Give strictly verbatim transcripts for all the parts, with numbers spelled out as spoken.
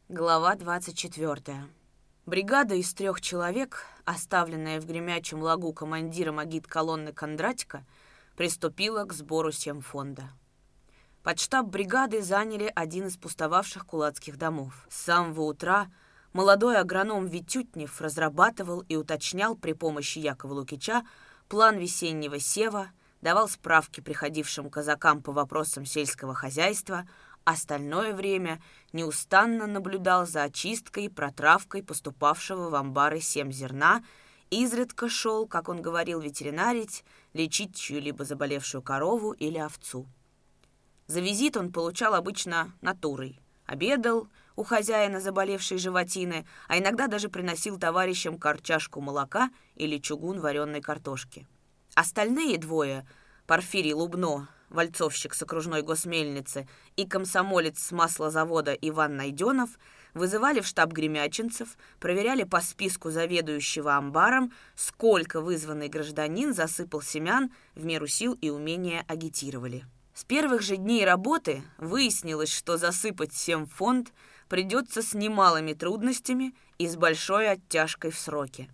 Глава двадцать четвёртая. Бригада из трех человек, оставленная в Гремячем лагу командиром агит-колонны Кондратика, приступила к сбору семфонда. Под штаб бригады заняли один из пустовавших кулацких домов. С самого утра молодой агроном Витютнев разрабатывал и уточнял при помощи Якова Лукича план весеннего сева, давал справки приходившим казакам по вопросам сельского хозяйства, остальное время неустанно наблюдал за очисткой и протравкой поступавшего в амбары семзерна, изредка шел, как он говорил, ветеринарить, лечить чью-либо заболевшую корову или овцу. За визит он получал обычно натурой. Обедал у хозяина заболевшей животины, а иногда даже приносил товарищам корчашку молока или чугун вареной картошки. Остальные двое, Порфирий Лубно, вальцовщик с окружной госмельницы, и комсомолец с маслозавода Иван Найденов, вызывали в штаб гремячинцев, проверяли по списку заведующего амбаром, сколько вызванный гражданин засыпал семян, в меру сил и умения агитировали. С первых же дней работы выяснилось, что засыпать семфонд придется с немалыми трудностями и с большой оттяжкой в сроки.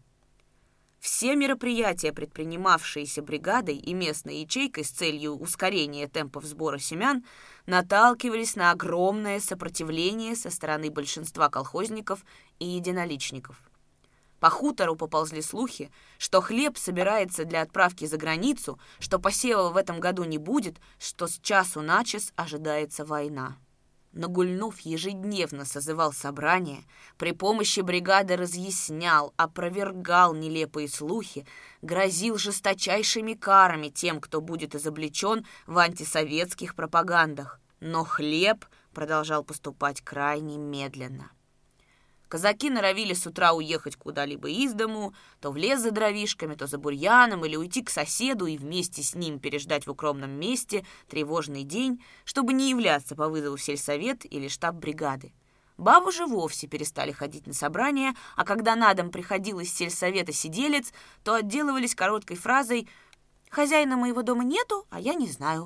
Все мероприятия, предпринимавшиеся бригадой и местной ячейкой с целью ускорения темпов сбора семян, наталкивались на огромное сопротивление со стороны большинства колхозников и единоличников. По хутору поползли слухи, что хлеб собирается для отправки за границу, что посева в этом году не будет, что с часу на час ожидается война. Но Гульнов ежедневно созывал собрания, при помощи бригады разъяснял, опровергал нелепые слухи, грозил жесточайшими карами тем, кто будет изобличен в антисоветских пропагандах. Но хлеб продолжал поступать крайне медленно. Казаки норовили с утра уехать куда-либо из дому, то в лес за дровишками, то за бурьяном, или уйти к соседу и вместе с ним переждать в укромном месте тревожный день, чтобы не являться по вызову в сельсовет или штаб бригады. Бабы же вовсе перестали ходить на собрания, а когда на дом приходил из сельсовета сиделец, то отделывались короткой фразой «Хозяина моего дома нету, а я не знаю».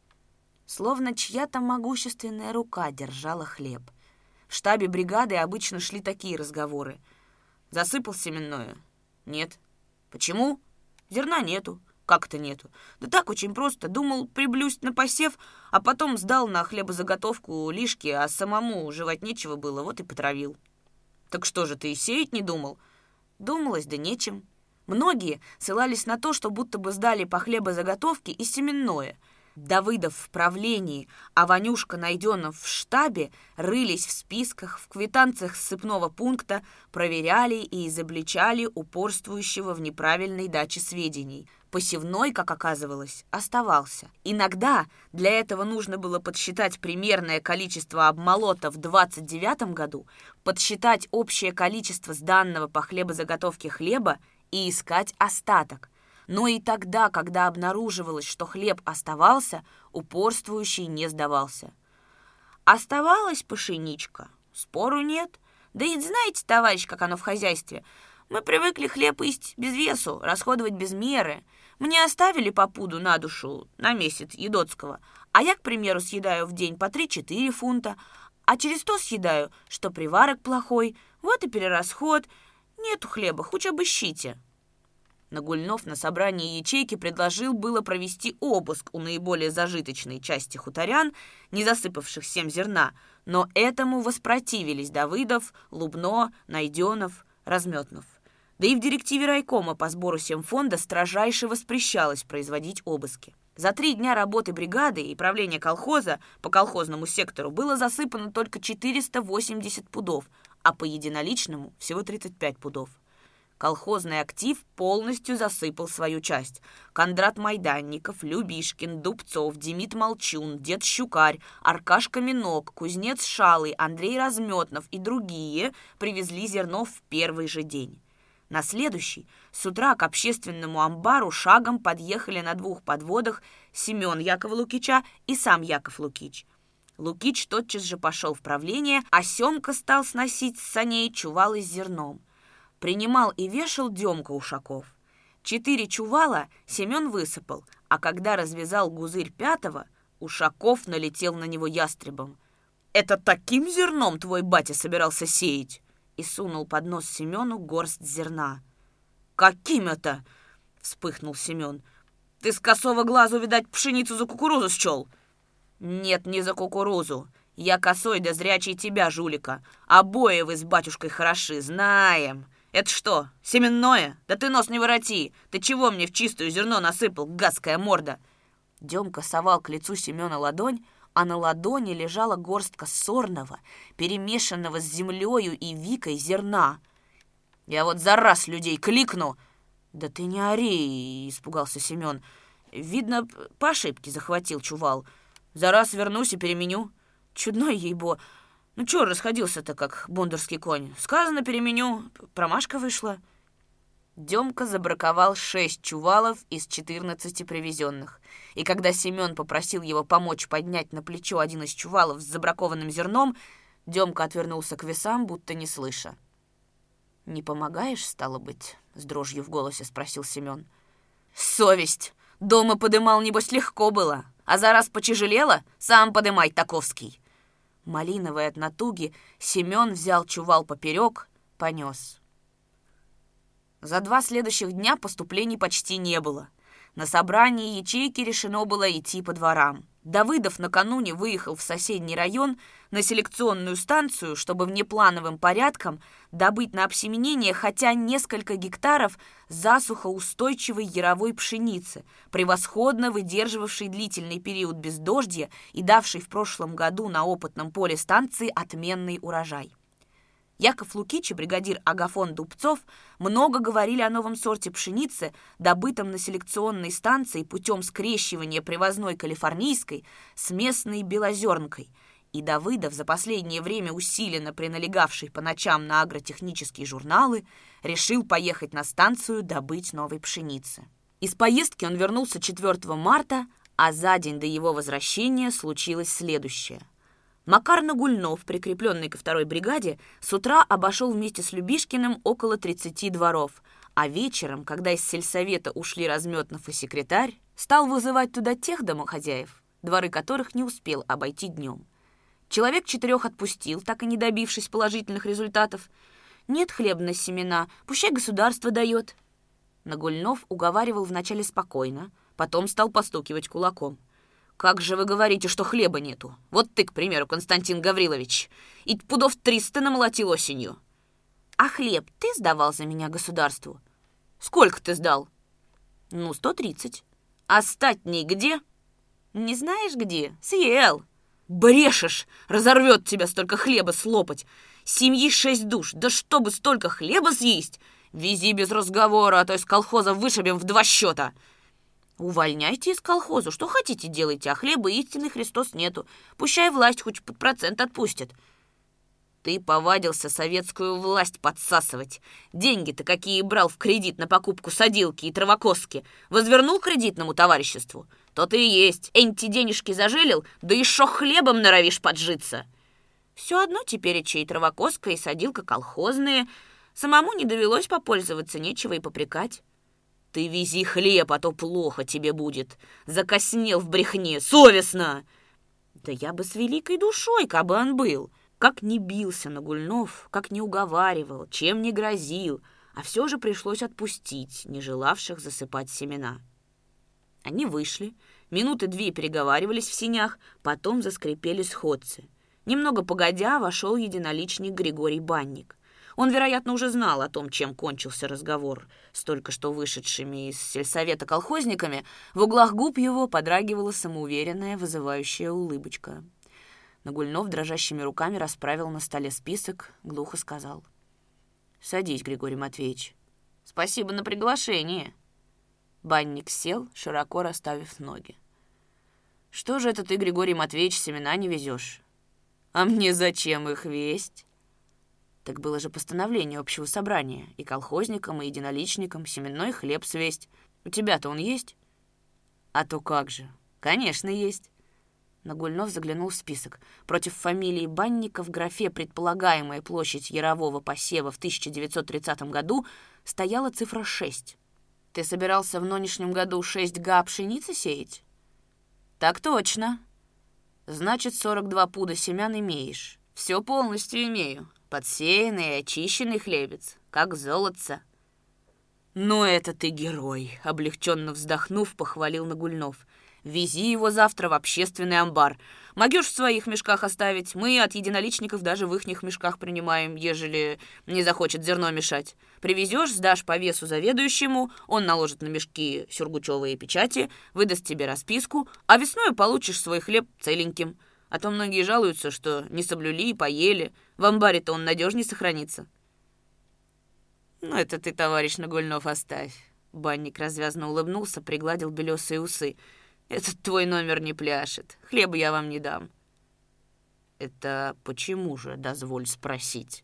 Словно чья-то могущественная рука держала хлеб. В штабе бригады обычно шли такие разговоры. Засыпал семенное? Нет. Почему? Зерна нету. Как это нету? Да так очень просто. Думал, приблюсь на посев, а потом сдал на хлебозаготовку лишки, а самому жевать нечего было, вот и потравил. Так что же, ты и сеять не думал? Думалось, да нечем. Многие ссылались на то, что будто бы сдали по хлебозаготовке и семенное. Давыдов в правлении, а Ванюшка Найденов в штабе рылись в списках, в квитанциях ссыпного пункта, проверяли и изобличали упорствующего в неправильной даче сведений. Посевной, как оказывалось, оставался. Иногда для этого нужно было подсчитать примерное количество обмолота в двадцать девятом году, подсчитать общее количество сданного по хлебозаготовке хлеба и искать остаток. Но и тогда, когда обнаруживалось, что хлеб оставался, упорствующий не сдавался. Оставалась пшеничка, спору нет. Да и знаете, товарищ, как оно в хозяйстве. Мы привыкли хлеб есть без весу, расходовать без меры. Мне оставили по пуду на душу на месяц едотского, а я, к примеру, съедаю в день по три-четыре фунта, а через то съедаю, что приварок плохой, вот и перерасход. Нету хлеба, хоть обыщите. Нагульнов на собрании ячейки предложил было провести обыск у наиболее зажиточной части хуторян, не засыпавших семь зерна, но этому воспротивились Давыдов, Лубно, Найденов, Разметнов. Да и в директиве райкома по сбору семфонда строжайше воспрещалось производить обыски. За три дня работы бригады и правления колхоза по колхозному сектору было засыпано только четыреста восемьдесят пудов, а по единоличному всего тридцать пять пудов. Колхозный актив полностью засыпал свою часть. Кондрат Майданников, Любишкин, Дубцов, Демид Молчун, Дед Щукарь, Аркашка Минок, Кузнец Шалый, Андрей Разметнов и другие привезли зерно в первый же день. На следующий с утра к общественному амбару шагом подъехали на двух подводах Семен Якова Лукича и сам Яков Лукич. Лукич тотчас же пошел в правление, а Семка стал сносить с саней чувалы с зерном. Принимал и вешал Демка Ушаков. Четыре чувала Семен высыпал, а когда развязал гузырь пятого, Ушаков налетел на него ястребом. Это таким зерном твой батя собирался сеять?» И сунул под нос Семену горсть зерна. «Каким это?» — вспыхнул Семен. «Ты с косого глазу, видать, пшеницу за кукурузу счел?» «Нет, не за кукурузу. Я косой да зрячий тебя, жулика. Обои вы с батюшкой хороши, знаем. Это что, семенное? Да ты нос не вороти. Ты чего мне в чистую зерно насыпал, гадская морда?» Демка совал к лицу Семена ладонь, а на ладони лежала горстка сорного, перемешанного с землею и викой зерна. «Я вот за раз людей кликну!» «Да ты не ори!» — испугался Семен. «Видно, по ошибке захватил чувал. За раз вернусь и переменю. Чудной ей-бо. Ну чё расходился-то, как бондарский конь? Сказано, переменю. Промашка вышла». Демка забраковал шесть чувалов из четырнадцати привезенных. И когда Семен попросил его помочь поднять на плечо один из чувалов с забракованным зерном, Демка отвернулся к весам, будто не слыша. «Не помогаешь, стало быть?» — с дрожью в голосе спросил Семен. «Совесть! Дома подымал, небось, легко было. А за раз почежелела, сам подымай, таковский». Малиновый от натуги, Семен взял чувал поперек, понес. За два следующих дня поступлений почти не было. На собрании ячейки решено было идти по дворам. Давыдов накануне выехал в соседний район на селекционную станцию, чтобы внеплановым порядком добыть на обсеменение хотя несколько гектаров засухоустойчивой яровой пшеницы, превосходно выдерживавшей длительный период бездождья и давшей в прошлом году на опытном поле станции отменный урожай. Яков Лукич и бригадир Агафон Дубцов много говорили о новом сорте пшеницы, добытом на селекционной станции путем скрещивания привозной калифорнийской с местной белозернкой, и Давыдов, за последнее время усиленно приналегавший по ночам на агротехнические журналы, решил поехать на станцию добыть новой пшеницы. Из поездки он вернулся четвёртого марта, а за день до его возвращения случилось следующее. Макар Нагульнов, прикрепленный ко второй бригаде, с утра обошел вместе с Любишкиным около тридцати дворов, а вечером, когда из сельсовета ушли Разметнов и секретарь, стал вызывать туда тех домохозяев, дворы которых не успел обойти днем. Человек четырех отпустил, так и не добившись положительных результатов. «Нет хлеба на семена, пущай государство дает». Нагульнов уговаривал вначале спокойно, потом стал постукивать кулаком. «Как же вы говорите, что хлеба нету? Вот ты, к примеру, Константин Гаврилович, и пудов триста намолотил осенью». «А хлеб ты сдавал за меня государству?» «Сколько ты сдал?» «Ну, сто тридцать». «А статней где?» «Не знаешь где? Съел». «Брешешь! Разорвет тебя столько хлеба слопать! Семьи шесть душ, да чтобы столько хлеба съесть! Вези без разговора, а то из колхоза вышибем в два счета!» «Увольняйте из колхоза, что хотите делайте, а хлеба истинный Христос нету. Пущай власть хоть под процент отпустит». «Ты повадился советскую власть подсасывать. Деньги-то какие брал в кредит на покупку садилки и травокоски, возвернул кредитному товариществу? То ты и есть. Энти денежки зажилил, да еще хлебом норовишь поджиться». «Все одно теперь и чей травокоска, и садилка колхозные. Самому не довелось попользоваться, нечего и попрекать». «Ты вези хлеб, а то плохо тебе будет. Закоснел в брехне, совестно!» «Да я бы с великой душой, кабы он был. Как не бился Нагульнов, как не уговаривал, чем не грозил, а все же пришлось отпустить не желавших засыпать семена». Они вышли, минуты две переговаривались в сенях, потом заскрипели сходцы. Немного погодя вошел единоличник Григорий Банник. Он, вероятно, уже знал о том, чем кончился разговор с только что вышедшими из сельсовета колхозниками. В углах губ его подрагивала самоуверенная, вызывающая улыбочка. Нагульнов дрожащими руками расправил на столе список, глухо сказал: «Садись, Григорий Матвеевич. Спасибо на приглашение». Банник сел, широко расставив ноги. «Что же это ты, Григорий Матвеевич, семена не везешь?» «А мне зачем их весть?» «Так было же постановление общего собрания, и колхозникам, и единоличникам семенной хлеб свесть. У тебя-то он есть?» «А то как же! Конечно, есть!» Нагульнов заглянул в список. Против фамилии Банника в графе «Предполагаемая площадь ярового посева в тысяча девятьсот тридцатом году» стояла цифра шесть. «Ты собирался в нынешнем году шесть га пшеницы сеять?» «Так точно!» Значит, сорок два пуда семян имеешь. Все полностью имею. Подсеянный и очищенный хлебец, как золотце. «Ну, это ты герой!» — облегченно вздохнув, похвалил Нагульнов. «Вези его завтра в общественный амбар. Могешь в своих мешках оставить. Мы от единоличников даже в ихних мешках принимаем, ежели не захочет зерно мешать. Привезешь, сдашь по весу заведующему, он наложит на мешки сюргучевые печати, выдаст тебе расписку, а весной получишь свой хлеб целеньким. А то многие жалуются, что не соблюли и поели. В амбаре-то он надежнее сохранится». «Ну, это ты, товарищ Нагульнов, оставь». Банник развязно улыбнулся, пригладил белесые усы. «Этот твой номер не пляшет. Хлеба я вам не дам». «Это почему же, дозволь спросить?»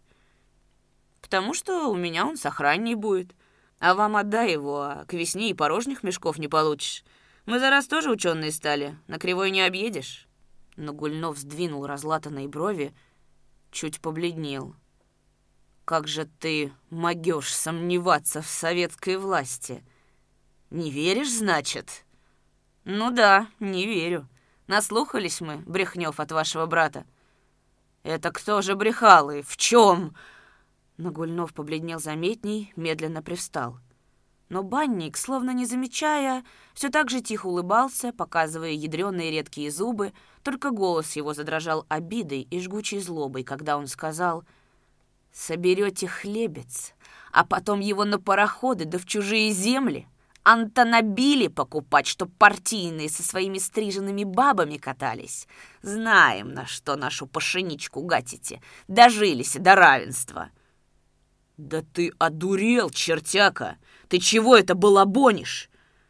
«Потому что у меня он сохранней будет. А вам отдай его, а к весне и порожних мешков не получишь. Мы за раз тоже ученые стали, на кривой не объедешь». Нагульнов сдвинул разлатанные брови, чуть побледнел. «Как же ты могешь сомневаться в советской власти? Не веришь, значит?» «Ну да, не верю. Наслухались мы, Брехнёв, от вашего брата». «Это кто же брехал и в чем?» Нагульнов побледнел заметней, медленно привстал. Но банник, словно не замечая, все так же тихо улыбался, показывая ядреные редкие зубы, только голос его задрожал обидой и жгучей злобой, когда он сказал: «Соберете хлебец, а потом его на пароходы да в чужие земли, антонобили покупать, чтоб партийные со своими стриженными бабами катались. Знаем, на что нашу пашеничку гатите, дожились до равенства». «Да ты одурел, чертяка! Ты чего это балабонишь?»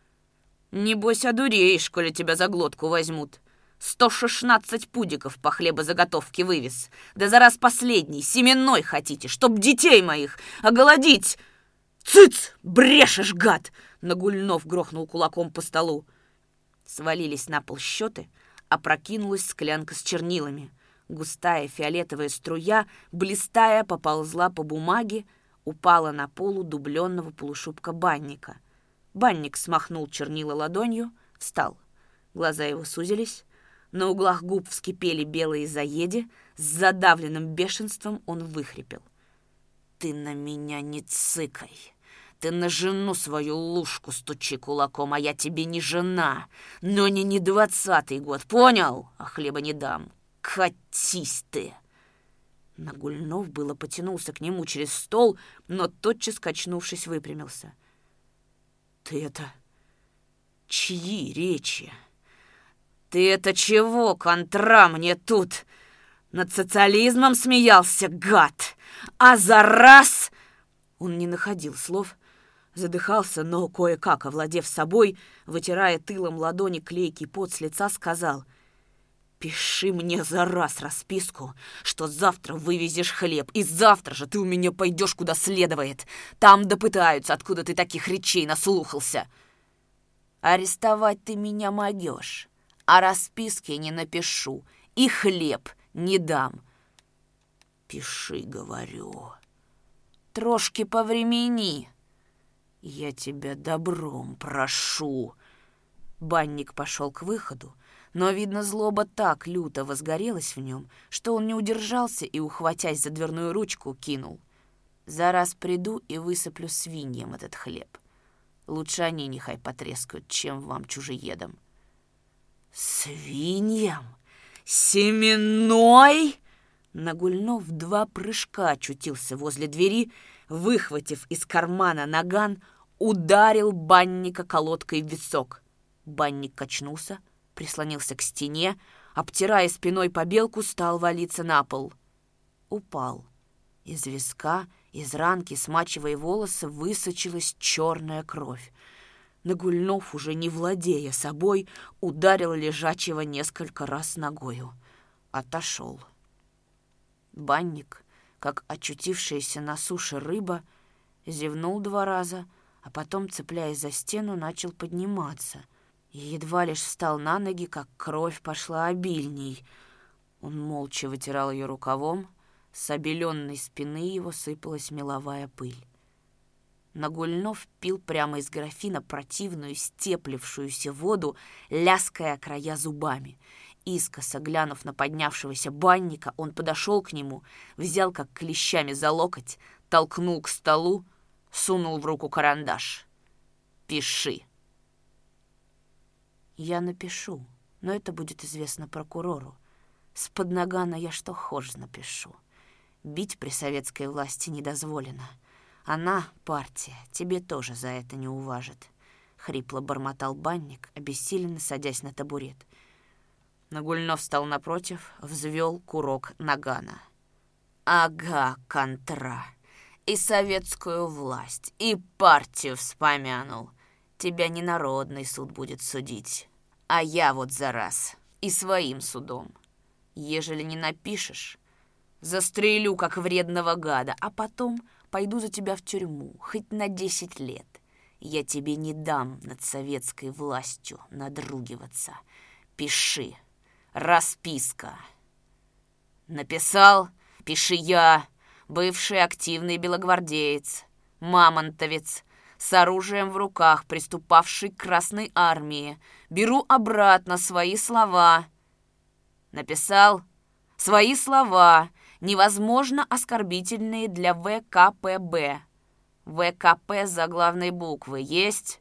«Небось, одуреешь, коли тебя за глотку возьмут. Сто шестнадцать пудиков по хлебозаготовке вывез. Да за раз последний, семенной хотите, чтоб детей моих оголодить!» «Цыц! Брешешь, гад!» Нагульнов грохнул кулаком по столу. Свалились на пол счеты, опрокинулась склянка с чернилами. Густая фиолетовая струя, блистая, поползла по бумаге, упала на полу дубленного полушубка банника. Банник смахнул чернила ладонью, встал. Глаза его сузились, на углах губ вскипели белые заеди, с задавленным бешенством он выхрипел: «Ты на меня не цыкай! Ты на жену свою лужку стучи кулаком, а я тебе не жена, но не не двадцатый год, понял? А хлеба не дам. Катись ты!» Нагульнов было потянулся к нему через стол, но тотчас, качнувшись, выпрямился. «Ты это... чьи речи? Ты это чего, контра, мне тут? Над социализмом смеялся, гад? А за раз...» Он не находил слов, задыхался, но, кое-как овладев собой, вытирая тылом ладони клейкий пот с лица, сказал: «Пиши мне за раз расписку, что завтра вывезешь хлеб, и завтра же ты у меня пойдешь куда следует. Там допытаются, откуда ты таких речей наслухался». «Арестовать ты меня могешь, а расписки не напишу, и хлеб не дам». «Пиши, говорю. Трошки повремени. Я тебя добром прошу». Банник пошел к выходу, но, видно, злоба так люто возгорелась в нем, что он не удержался и, ухватясь за дверную ручку, кинул: «За раз приду и высыплю свиньям этот хлеб. Лучше они нехай потрескают, чем вам, чужеедам». «Свиньям? Семенной?» Нагульнов в два прыжка очутился возле двери, выхватив из кармана наган, ударил банника колодкой в висок. Банник качнулся, прислонился к стене, обтирая спиной побелку, стал валиться на пол. Упал. Из виска, из ранки, смачивая волосы, высочилась черная кровь. Нагульнов, уже не владея собой, ударил лежачего несколько раз ногою. Отошел. Банник, как очутившаяся на суше рыба, зевнул два раза, а потом, цепляясь за стену, начал подниматься. И едва лишь встал на ноги, как кровь пошла обильней. Он молча вытирал ее рукавом, с обеленной спины его сыпалась меловая пыль. Нагульнов пил прямо из графина противную, степлившуюся воду, ляская края зубами. Искоса глянув на поднявшегося банника, он подошел к нему, взял как клещами за локоть, толкнул к столу, сунул в руку карандаш. «Пиши». «Я напишу, но это будет известно прокурору. С-под нагана я что хошь напишу. Бить при советской власти не дозволено. Она, партия, тебе тоже за это не уважит», — хрипло бормотал банник, обессиленно садясь на табурет. Нагульнов встал напротив, взвел курок нагана. «Ага, контра. И советскую власть, и партию вспомянул. Тебя не народный суд будет судить, а я вот за раз и своим судом. Ежели не напишешь, застрелю, как вредного гада, а потом пойду за тебя в тюрьму, хоть на десять лет. Я тебе не дам над советской властью надругиваться. Пиши. Расписка». «Написал? Пиши я, бывший активный белогвардеец, мамонтовец, с оружием в руках, приступавший к Красной армии. Беру обратно свои слова». «Написал? Свои слова, невозможно оскорбительные для вэ ка пэ бэ. вэ ка пэ за главной буквы есть?»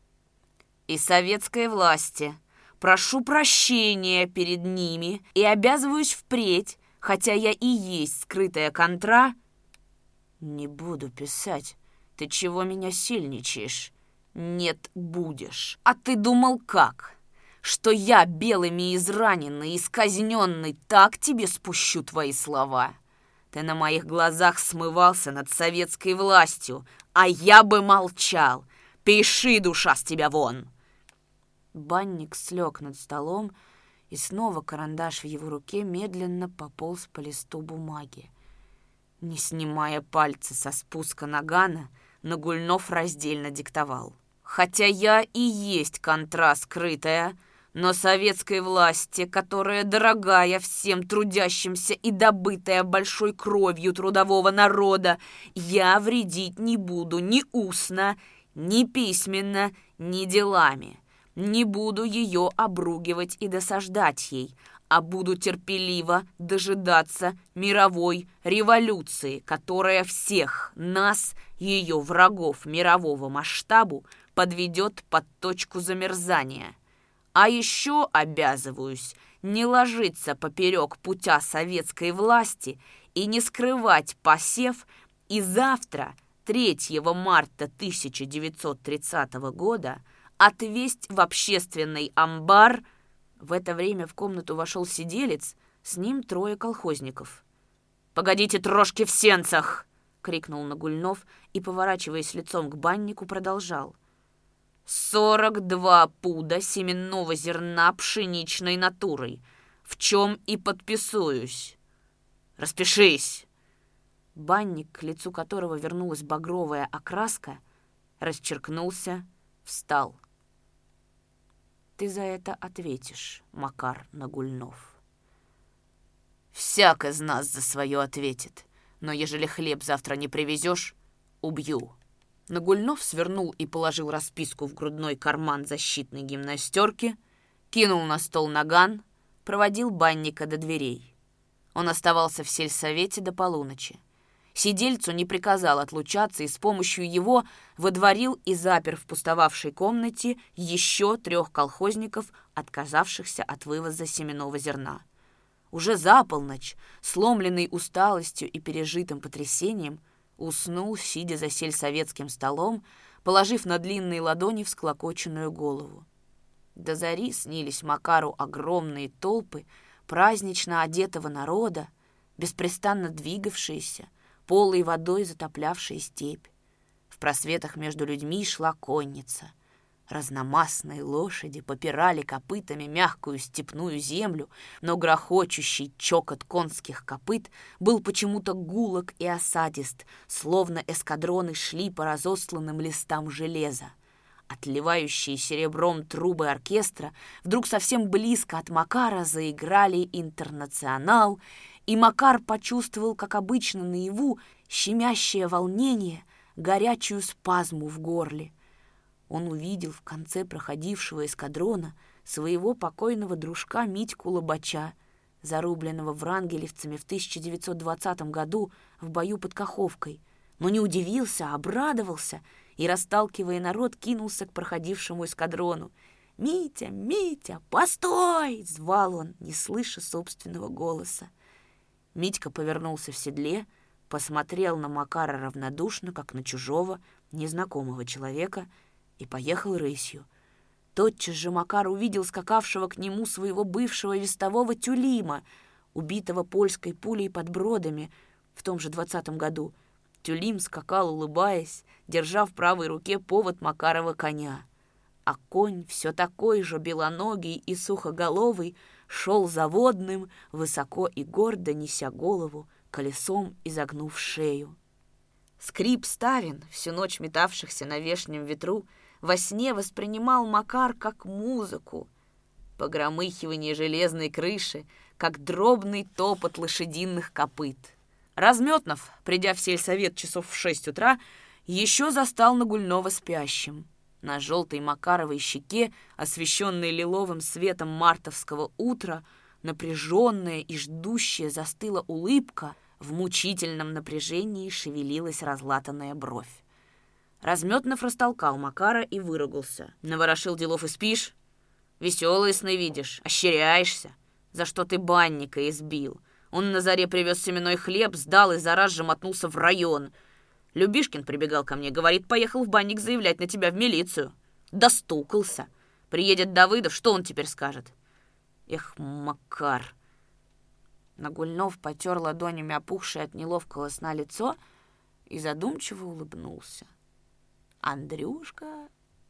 «И советской власти. Прошу прощения перед ними и обязываюсь впредь, хотя я и есть скрытая контра». «Не буду писать. Ты чего меня сильничаешь?» «Нет, будешь. А ты думал как? Что я, белыми израненный, исказненный, так тебе спущу твои слова? Ты на моих глазах смывался над советской властью, а я бы молчал. Пиши, душа, с тебя вон!» Банник слег над столом, и снова карандаш в его руке медленно пополз по листу бумаги. Не снимая пальца со спуска нагана, Нагульнов раздельно диктовал. «Хотя я и есть контра скрытая, но советской власти, которая дорогая всем трудящимся и добытая большой кровью трудового народа, я вредить не буду ни устно, ни письменно, ни делами. Не буду ее обругивать и досаждать ей, а буду терпеливо дожидаться мировой революции, которая всех нас, ее врагов мирового масштабу, подведет под точку замерзания. А еще обязываюсь не ложиться поперек путя советской власти и не скрывать посев, и завтра, третьего марта тысяча девятьсот тридцатого года, отвесть в общественный амбар». В это время в комнату вошел сиделец, с ним трое колхозников. «Погодите, трошки в сенцах!» — крикнул Нагульнов и, поворачиваясь лицом к баннику, продолжал. «Сорок два пуда семенного зерна пшеничной натурой, в чем и подписуюсь. Распишись!» Банник, к лицу которого вернулась багровая окраска, расчеркнулся, встал. «Ты за это ответишь, Макар Нагульнов». «Всяк из нас за свое ответит, но ежели хлеб завтра не привезешь, убью». Нагульнов свернул и положил расписку в грудной карман защитной гимнастерки, кинул на стол наган, проводил банника до дверей. Он оставался в сельсовете до полуночи. Сидельцу не приказал отлучаться и с помощью его выдворил и запер в пустовавшей комнате еще трех колхозников, отказавшихся от вывоза семенного зерна. Уже за полночь, сломленный усталостью и пережитым потрясением, уснул, сидя за сельсоветским столом, положив на длинные ладони всклокоченную голову. До зари снились Макару огромные толпы празднично одетого народа, беспрестанно двигавшиеся, полой водой затоплявшие степь. В просветах между людьми шла конница. Разномастные лошади попирали копытами мягкую степную землю, но грохочущий чокот конских копыт был почему-то гулок и осадист, словно эскадроны шли по разосланным листам железа. Отливающие серебром трубы оркестра вдруг совсем близко от Макара заиграли «Интернационал», и Макар почувствовал, как обычно наяву, щемящее волнение, горячую спазму в горле. Он увидел в конце проходившего эскадрона своего покойного дружка Митьку Лобача, зарубленного врангелевцами в тысяча девятьсот двадцатом году в бою под Каховкой, но не удивился, а обрадовался и, расталкивая народ, кинулся к проходившему эскадрону. «Митя, Митя, постой!» — звал он, не слыша собственного голоса. Митька повернулся в седле, посмотрел на Макара равнодушно, как на чужого, незнакомого человека, и поехал рысью. Тотчас же Макар увидел скакавшего к нему своего бывшего вестового Тюлима, убитого польской пулей под Бродами в том же двадцатом году. Тюлим скакал, улыбаясь, держа в правой руке повод Макарова коня. А конь, все такой же белоногий и сухоголовый, шел заводным, высоко и гордо неся голову, колесом изогнув шею. Скрип ставен, всю ночь метавшихся на вешнем ветру, во сне воспринимал Макар как музыку. Погромыхивание железной крыши, как дробный топот лошадиных копыт. Разметнов, придя в сельсовет часов в шесть утра, еще застал Нагульнова спящим. На желтой Макаровой щеке, освещенной лиловым светом мартовского утра, напряженная и ждущая застыла улыбка, в мучительном напряжении шевелилась разлатанная бровь. Разметнов растолкал Макара и выругался. «Наворошил делов и спишь? Веселые сны видишь, ощеряешься. За что ты банника избил? Он на заре привез семенной хлеб, сдал и зараз же мотнулся в район. Любишкин прибегал ко мне, говорит, поехал в банник заявлять на тебя в милицию. Достукался. Приедет Давыдов, что он теперь скажет?» «Эх, Макар!» Нагульнов потер ладонями опухшее от неловкого сна лицо и задумчиво улыбнулся. «Андрюшка,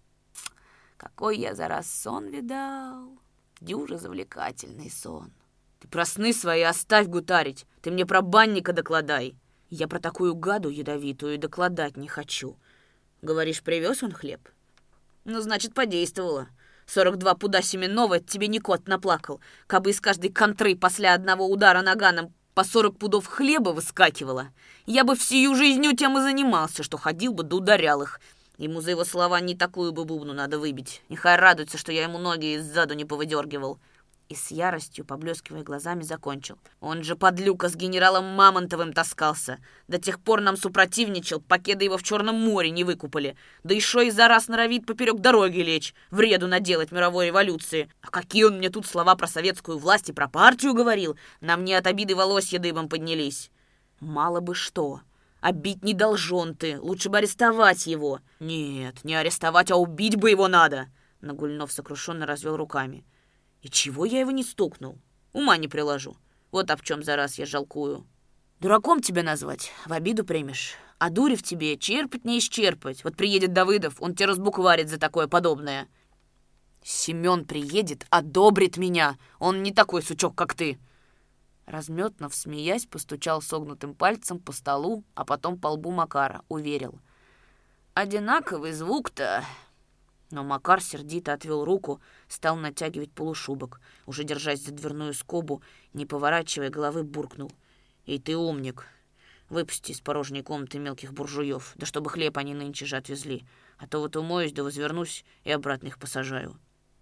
какой я за раз сон видал! Дюжа завлекательный сон!» «Ты про сны свои оставь гутарить, ты мне про банника докладай!» «Я про такую гаду ядовитую докладать не хочу. Говоришь, привез он хлеб?» «Ну, значит, подействовало. Сорок два пуда семенного тебе не кот наплакал, кабы из каждой контры после одного удара наганом по сорок пудов хлеба выскакивало. Я бы всю жизнью тем и занимался, что ходил бы да ударял их. Ему за его слова не такую бы бубну надо выбить. Нехай радуется, что я ему ноги иззаду не повыдергивал». И с яростью, поблескивая глазами, закончил. «Он же подлюка с генералом Мамонтовым таскался. До тех пор нам супротивничал, покеда его в Черном море не выкупали. Да еще и за раз норовит поперек дороги лечь, вреду наделать мировой революции. А какие он мне тут слова про советскую власть и про партию говорил. На мне от обиды волосья дыбом поднялись». «Мало бы что. А бить не должен ты. Лучше бы арестовать его». «Нет, не арестовать, а убить бы его надо». Нагульнов сокрушенно развел руками. «И чего я его не стукнул? Ума не приложу. Вот об чем за раз я жалкую. Дураком тебя назвать, в обиду примешь. А дури в тебе черпать не исчерпать. Вот приедет Давыдов, он тебя разбукварит за такое подобное». «Семен приедет, одобрит меня. Он не такой сучок, как ты». Разметнов, смеясь, постучал согнутым пальцем по столу, а потом по лбу Макара, уверил. «Одинаковый звук-то». Но Макар сердито отвел руку, стал натягивать полушубок, уже держась за дверную скобу, не поворачивая головы, буркнул. «И ты умник. Выпусти из порожней комнаты мелких буржуев, да чтобы хлеб они нынче же отвезли, а то вот умоюсь да возвернусь и обратно их посажаю».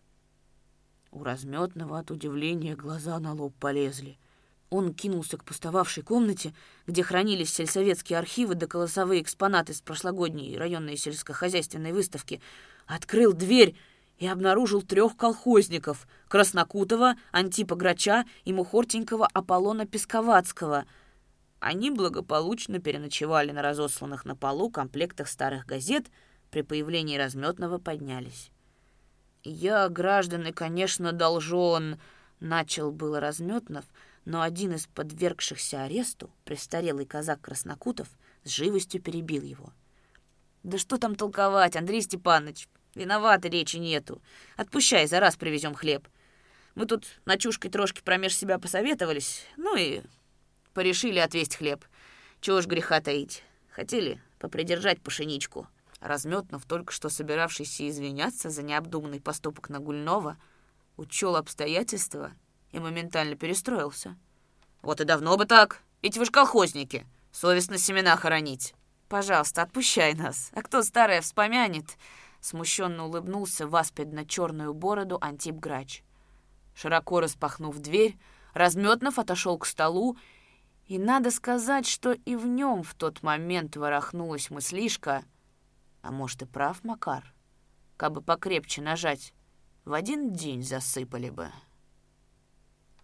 У Разметного от удивления глаза на лоб полезли. Он кинулся к пустовавшей комнате, где хранились сельсоветские архивы да колосовые экспонаты с прошлогодней районной сельскохозяйственной выставки, открыл дверь и обнаружил трех колхозников — Краснокутова, Антипа Грача и мухортенького Аполлона Песковацкого. Они благополучно переночевали на разосланных на полу комплектах старых газет, при появлении Разметного поднялись. «Я, граждане, конечно, должен...» — начал было Разметнов, но один из подвергшихся аресту, престарелый казак Краснокутов, с живостью перебил его. «Да что там толковать, Андрей Степанович? Виноваты, речи нету. Отпущай, за раз привезем хлеб. Мы тут ночушкой трошки промеж себя посоветовались, ну и порешили отвезть хлеб. Чего ж греха таить. Хотели попридержать пшеничку». Разметнов, только что собиравшийся извиняться за необдуманный поступок Нагульнова, учел обстоятельства и моментально перестроился. «Вот и давно бы так. Ведь вы ж колхозники. Совестно семена хоронить». «Пожалуйста, отпущай нас. А кто старое вспомянет, Смущенно улыбнулся в аспидно-черную бороду Антип Грач. Широко распахнув дверь, Разметнов отошел к столу, и надо сказать, что и в нем в тот момент ворохнулась мыслишка, а может и прав Макар, кабы покрепче нажать, в один день засыпали бы.